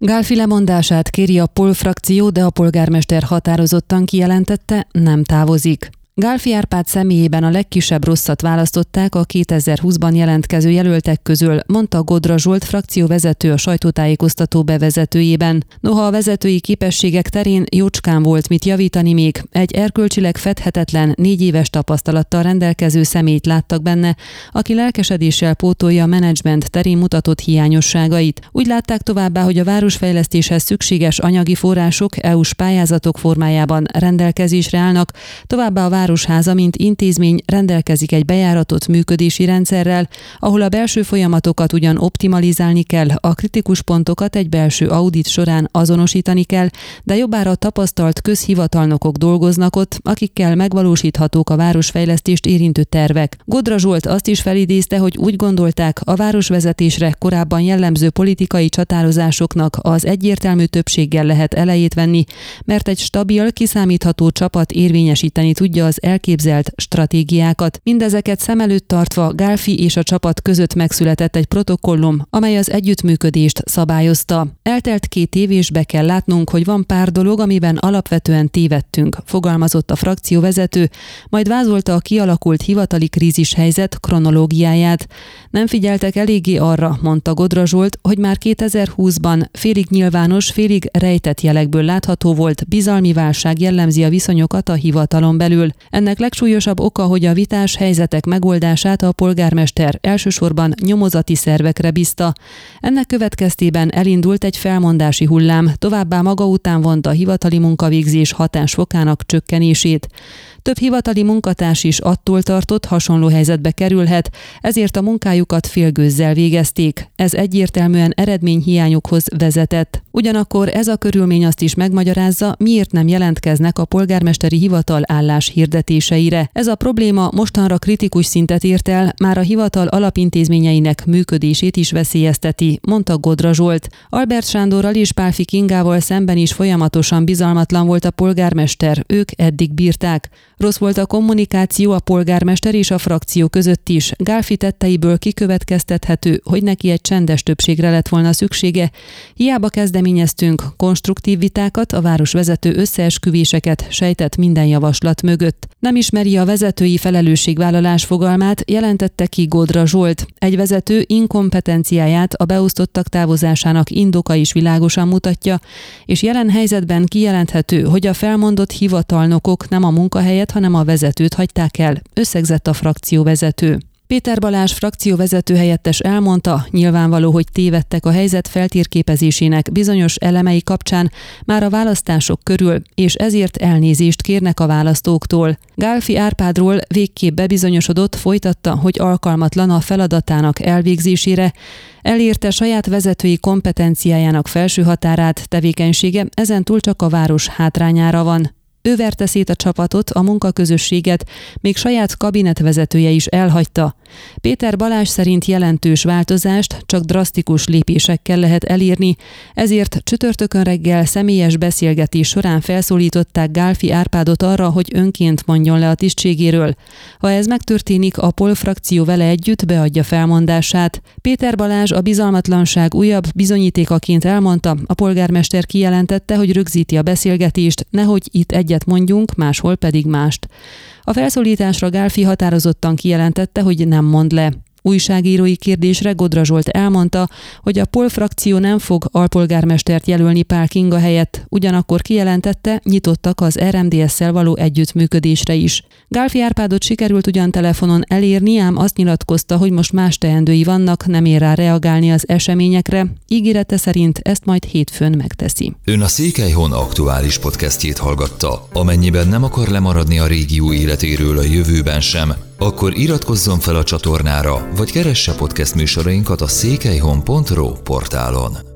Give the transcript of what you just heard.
Gálfi lemondását kéri a POL frakció, de a polgármester határozottan kijelentette, nem távozik. Gálfi Árpád személyében a legkisebb rosszat választották a 2020-ban jelentkező jelöltek közül, mondta Godra Zsolt frakcióvezető a sajtótájékoztató bevezetőjében. Noha a vezetői képességek terén jócskán volt mit javítani még, egy erkölcsileg fedhetetlen 4 éves tapasztalattal rendelkező személyt láttak benne, aki lelkesedéssel pótolja a menedzsment terén mutatott hiányosságait. Úgy látták továbbá, hogy a városfejlesztéshez szükséges anyagi források EU-s pályázatok formájában rendelkezésre állnak, továbbá a Városháza, mint intézmény rendelkezik egy bejáratott működési rendszerrel, ahol a belső folyamatokat ugyan optimalizálni kell, a kritikus pontokat egy belső audit során azonosítani kell, de jobbára tapasztalt közhivatalnokok dolgoznak ott, akikkel megvalósíthatók a városfejlesztést érintő tervek. Godra Zsolt azt is felidézte, hogy úgy gondolták, a városvezetésre korábban jellemző politikai csatározásoknak az egyértelmű többséggel lehet elejét venni, mert egy stabil, kiszámítható csapat érvényesíteni tudja az elképzelt stratégiákat. Mindezeket szem előtt tartva Gálfi és a csapat között megszületett egy protokollum, amely az együttműködést szabályozta. Eltelt 2 év, és be kell látnunk, hogy van pár dolog, amiben alapvetően tévedtünk, fogalmazott a frakcióvezető, majd vázolta a kialakult hivatali krízishelyzet kronológiáját. Nem figyeltek eléggé arra, mondta Godra Zsolt, hogy már 2020-ban félig nyilvános, félig rejtett jelekből látható volt, bizalmi válság jellemzi a viszonyokat a hivatalon belül. Ennek legsúlyosabb oka, hogy a vitás helyzetek megoldását a polgármester elsősorban nyomozati szervekre bízta. Ennek következtében elindult egy felmondási hullám, továbbá maga után vonta a hivatali munkavégzés hatásfokának csökkenését. Több hivatali munkatárs is attól tartott, hasonló helyzetbe kerülhet, ezért a munkájukat félgőzzel végezték. Ez egyértelműen eredményhiányokhoz vezetett. Ugyanakkor ez a körülmény azt is megmagyarázza, miért nem jelentkeznek a polgármesteri hivatal álláshirdetéseire. Ez a probléma mostanra kritikus szintet ért el, már a hivatal alapintézményeinek működését is veszélyezteti, mondta Godra Zsolt. Albert Sándorral és Pálffy Kingával szemben is folyamatosan bizalmatlan volt a polgármester, ők eddig bírták. Rossz volt a kommunikáció a polgármester és a frakció között is. Gálfi tetteiből kikövetkeztethető, hogy neki egy csendes többségre lett volna szüksége. Hiába kezdeményeztünk konstruktív vitákat, a városvezető összeesküvéseket sejtett minden javaslat mögött. Nem ismeri a vezetői felelősségvállalás fogalmát, jelentette ki Godra Zsolt. Egy vezető inkompetenciáját a beosztottak távozásának indoka is világosan mutatja, és jelen helyzetben kijelenthető, hogy a felmondott hivatalnokok nem a munkahelyet, hanem a vezetőt hagyták el, összegzett a frakcióvezető. Péter Balázs frakcióvezető helyettes elmondta, nyilvánvaló, hogy tévedtek a helyzet feltérképezésének bizonyos elemei kapcsán már a választások körül, és ezért elnézést kérnek a választóktól. Gálfi Árpádról végképp bebizonyosodott, folytatta, hogy alkalmatlan a feladatának elvégzésére, elérte saját vezetői kompetenciájának felső határát, tevékenysége ezentúl csak a város hátrányára van. Ő verte szét a csapatot, a munkaközösséget, még saját kabinetvezetője is elhagyta. Péter Balázs szerint jelentős változást csak drasztikus lépésekkel lehet elérni, ezért csütörtökön reggel személyes beszélgetés során felszólították Gálfi Árpádot arra, hogy önként mondjon le a tisztségéről. Ha ez megtörténik, a POL frakció vele együtt beadja felmondását. Péter Balázs a bizalmatlanság újabb bizonyítékaként elmondta, a polgármester kijelentette, hogy rögzíti a beszélgetést, nehogy itt egyet mondjunk, máshol pedig mást. A felszólításra Gálfi határozottan kijelentette, hogy nem mond le. Újságírói kérdésre Godra Zsolt elmondta, hogy a POL frakció nem fog alpolgármestert jelölni Pál Kinga helyett, ugyanakkor kijelentette, nyitottak az RMDS-szel való együttműködésre is. Gálfi Árpádot sikerült ugyan telefonon elérni, ám azt nyilatkozta, hogy most más teendői vannak, nem ér rá reagálni az eseményekre. Ígérete szerint ezt majd hétfőn megteszi. Ön a Székelyhon aktuális podcastjét hallgatta. Amennyiben nem akar lemaradni a régió életéről a jövőben sem, akkor iratkozzon fel a csatornára, vagy keresse podcast műsorainkat a székelyhon.ro portálon.